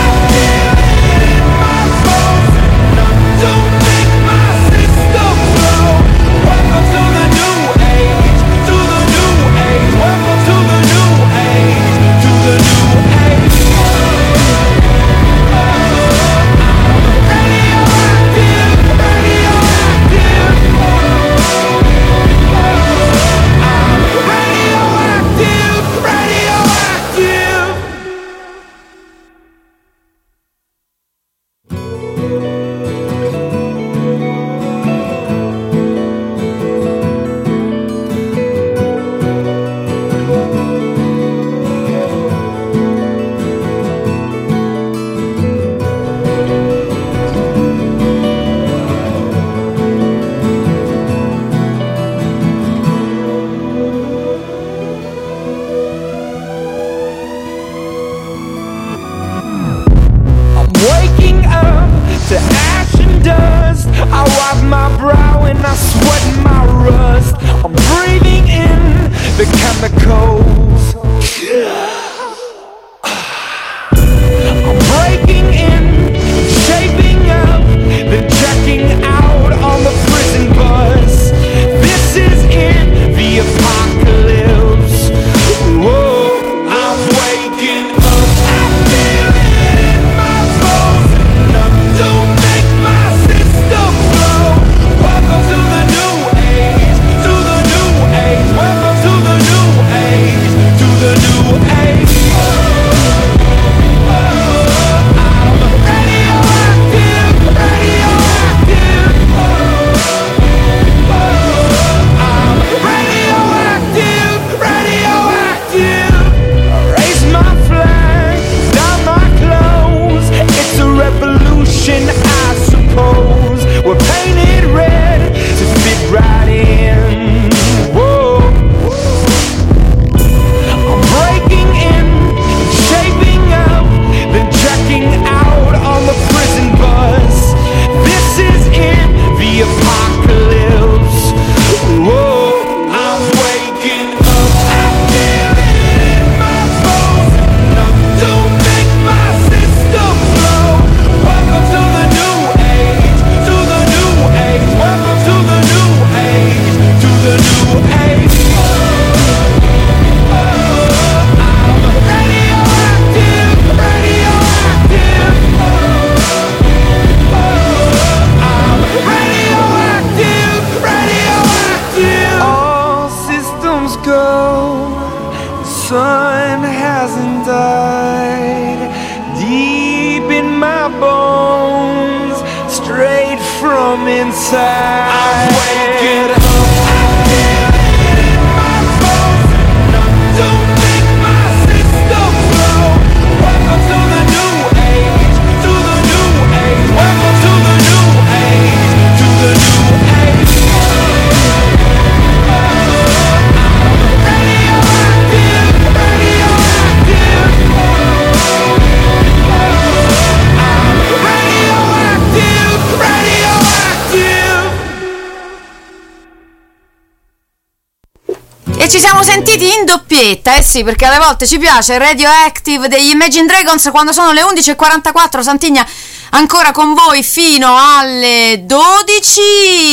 Ci siamo sentiti in doppietta, eh sì, perché alle volte ci piace Radioactive degli Imagine Dragons quando sono le 11:44. Santigna ancora con voi fino alle 12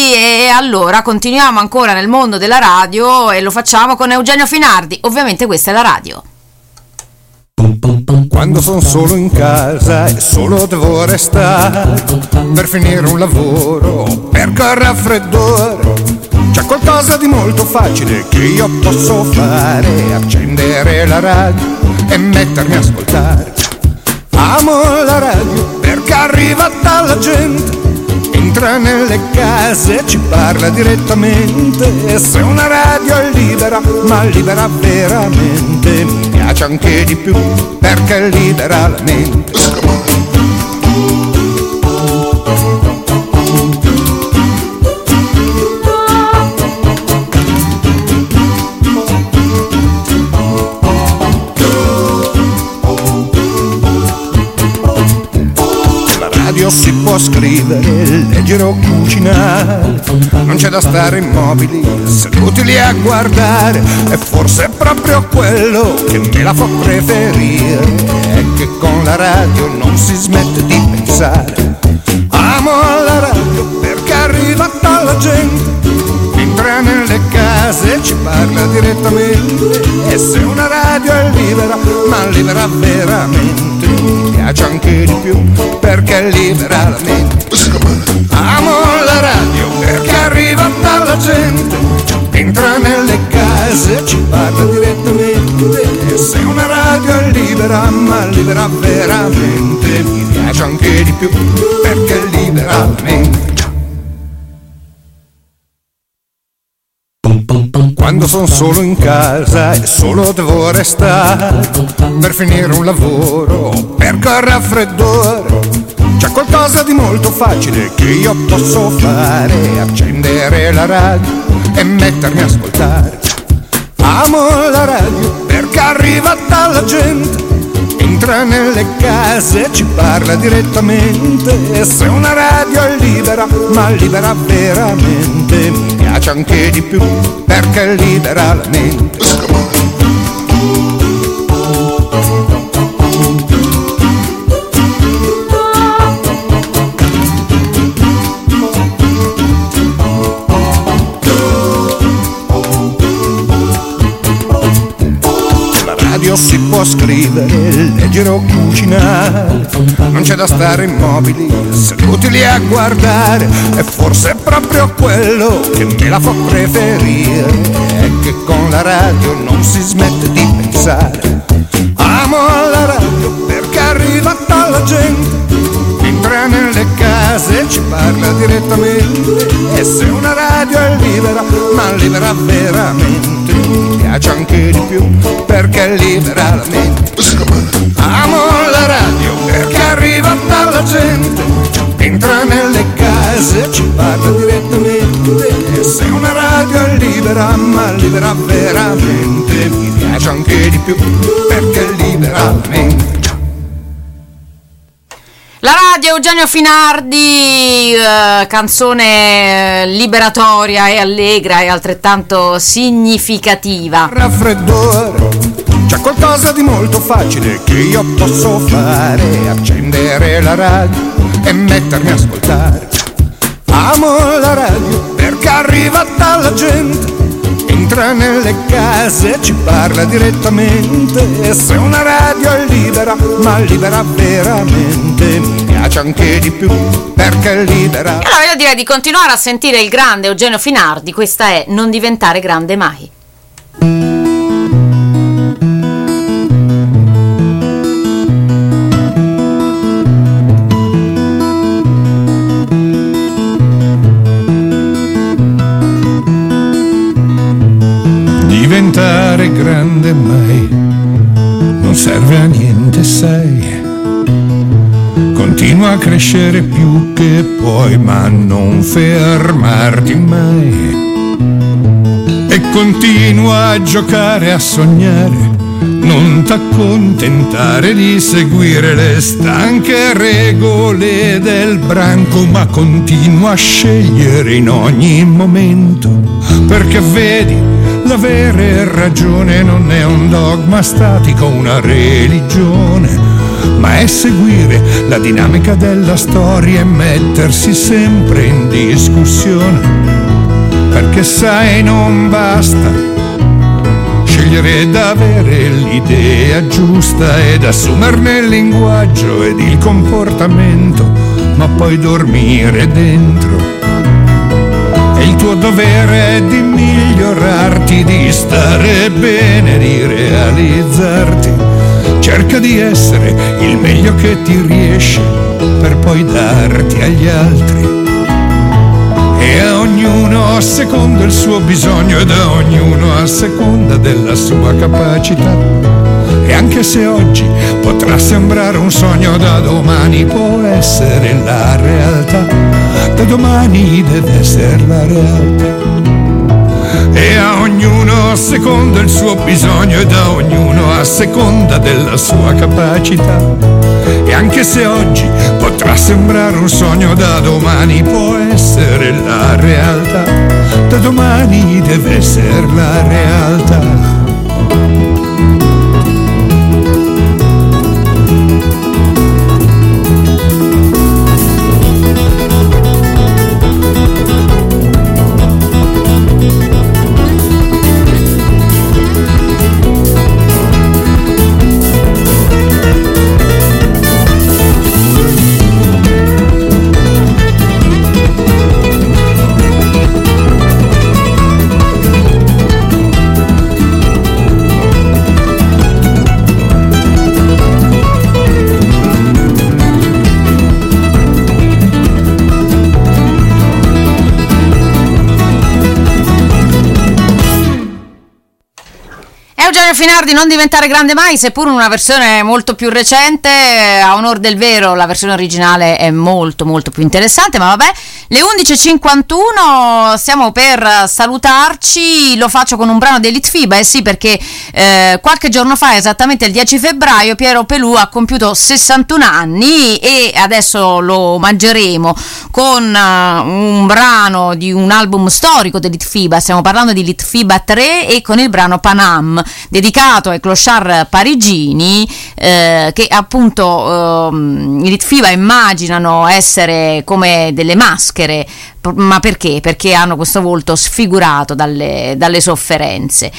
e allora continuiamo ancora nel mondo della radio e lo facciamo con Eugenio Finardi. Ovviamente questa è la radio. Quando sono solo in casa e solo devo restare per finire un lavoro, per quel raffreddore, c'è qualcosa di molto facile che io posso fare: accendere la radio e mettermi a ascoltare. Amo la radio perché arriva dalla gente, entra nelle case e ci parla direttamente. E se una radio è libera, ma libera veramente, mi piace anche di più perché libera la mente. radio si può scrivere, leggere o cucinare, non c'è da stare immobili, seduti lì a guardare, e forse è proprio quello che me la fa preferire, è che con la radio non si smette di pensare. Amo la radio perché arriva dalla gente, entra nelle case, ci parla direttamente, e se una radio è libera, ma libera veramente, mi piace anche di più perché libera la mente. Amo la radio perché arriva dalla gente, entra nelle case, ci parla direttamente, e se una radio è libera, ma libera veramente, mi piace anche di più perché libera la mente. Quando sono solo in casa e solo devo restare per finire un lavoro, per quel raffreddore, c'è qualcosa di molto facile che io posso fare: accendere la radio e mettermi a ascoltare. Amo la radio perché arriva dalla gente, entra nelle case, ci parla direttamente, e se una radio è libera, ma libera veramente, mi piace anche di più perché libera la mente. Si può scrivere, leggere o cucinare, non c'è da stare immobili, seduti lì a guardare, e forse è proprio quello che me la fa preferire, è che con la radio non si smette di pensare. Amo la radio perché arriva dalla gente, entra nelle case, ci parla direttamente, e se una radio è libera, ma libera veramente, mi piace anche di più perché libera la mente. Amo la radio perché arriva dalla gente, entra nelle case, ci parla direttamente, e se una radio è libera, ma libera veramente, mi piace anche di più perché libera la mente. La radio, Eugenio Finardi, canzone liberatoria e allegra e altrettanto significativa. Raffreddore, c'è qualcosa di molto facile che io posso fare: accendere la radio e mettermi a ascoltare. Amo la radio perché arriva dalla gente, entra nelle case, ci parla direttamente, e se una radio è libera, ma libera veramente, mi piace anche di più perché libera. Allora io direi di continuare a sentire il grande Eugenio Finardi. Questa è Non diventare grande mai. Diventare grande mai non serve a niente, sai. Continua a crescere più che puoi, ma non fermarti mai. E continua a giocare, a sognare, non t'accontentare di seguire le stanche regole del branco, ma continua a scegliere in ogni momento, perché vedi, l'avere ragione non è un dogma statico, una religione, ma è seguire la dinamica della storia e mettersi sempre in discussione, perché sai non basta scegliere d'avere l'idea giusta ed assumerne il linguaggio ed il comportamento, ma poi dormire dentro. E il tuo dovere è di migliorarti, di stare bene, di realizzarti. Cerca di essere il meglio che ti riesce per poi darti agli altri. E a ognuno secondo il suo bisogno ed a ognuno a seconda della sua capacità. E anche se oggi potrà sembrare un sogno, da domani può essere la realtà. Da domani deve essere la realtà. E a ognuno secondo il suo bisogno ed a ognuno a seconda della sua capacità. E anche se oggi potrà Potrà sembrare un sogno, da domani può essere la realtà, da domani deve essere la realtà. Eugenio Finardi, Non diventare grande mai, seppur in una versione molto più recente. A onor del vero la versione originale è molto molto più interessante, ma vabbè. Le 11.51, stiamo per salutarci. Lo faccio con un brano di Litfiba, sì, perché qualche giorno fa, esattamente il 10 febbraio, Piero Pelù ha compiuto 61 anni e adesso lo omaggeremo con un brano di un album storico di Litfiba. Stiamo parlando di Litfiba 3 e con il brano Panam, dedicato ai clochard parigini che appunto i Litfiba immaginano essere come delle maschere. Ma perché? Perché hanno questo volto sfigurato dalle sofferenze.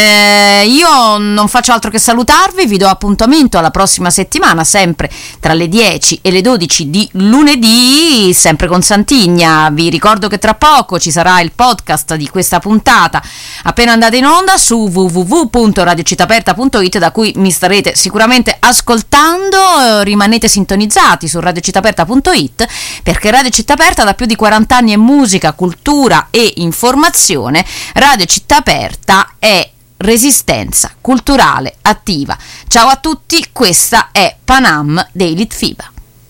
Io non faccio altro che salutarvi, vi do appuntamento alla prossima settimana, sempre tra le 10 e le 12 di lunedì, sempre con Santigna. Vi ricordo che tra poco ci sarà il podcast di questa puntata appena andata in onda su www.radiocittaperta.it, da cui mi starete sicuramente ascoltando. Rimanete sintonizzati su radiocittaperta.it, perché Radio Città Aperta da più di 40 anni è musica, cultura e informazione. Radio Città Aperta è resistenza culturale attiva. Ciao a tutti, questa è Panam dei Litfiba.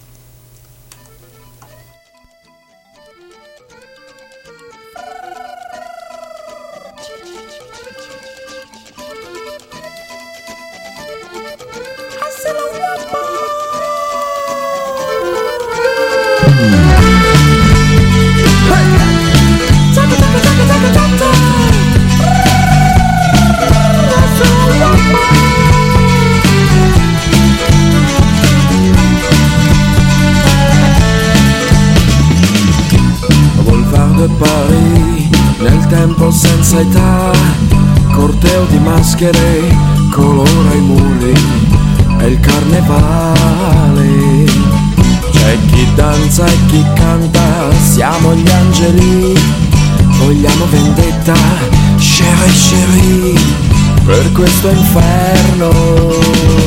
Paris, nel tempo senza età, corteo di maschere colora i muri e il carnevale. C'è chi danza e chi canta, siamo gli angeli, vogliamo vendetta, chérie chérie, per questo inferno.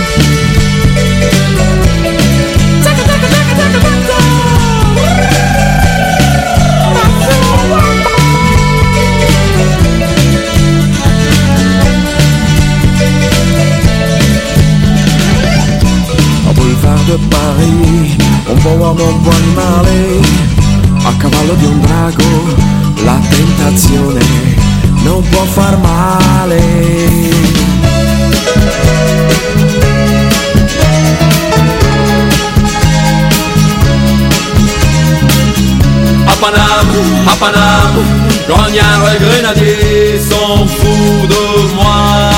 De Paris, un po' uomo, un po' animale, a cavallo di un drago, la tentazione non può far male. À Paname, grognards et grenadiers s'en foutent de moi.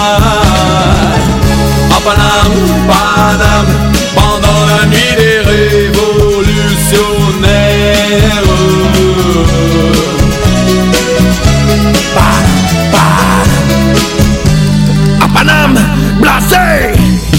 À Paname, Paname, pendant la nuit des révolutionnaires. À Paname, blasé.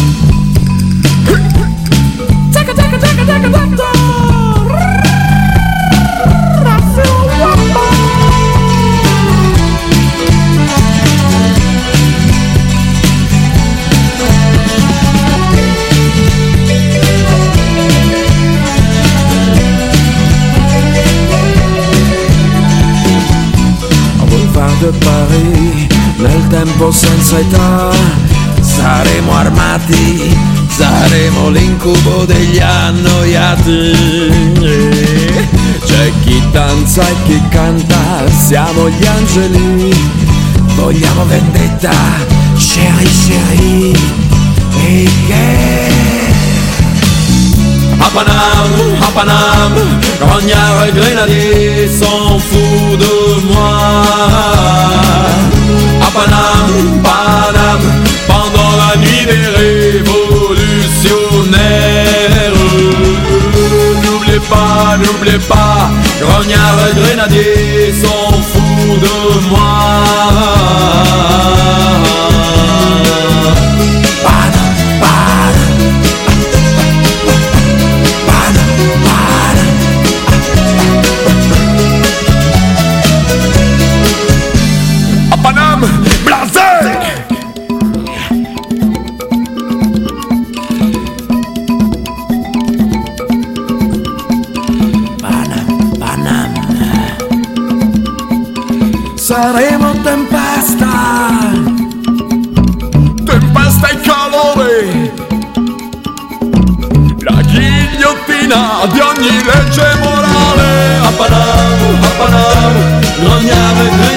De Paris, nel tempo senza età, saremo armati, saremo l'incubo degli annoiati. C'è chi danza e chi canta, siamo gli angeli, vogliamo vendetta, chérie chérie, e che? À à Paname, grognard et grenadier s'en fout de moi. À Paname, Paname, pendant la nuit des révolutionnaires. N'oubliez pas, grognard et grenadier s'en fout de moi. Saremo tempesta, tempesta e calore, la ghigliottina di ogni legge morale. A Panama, grognare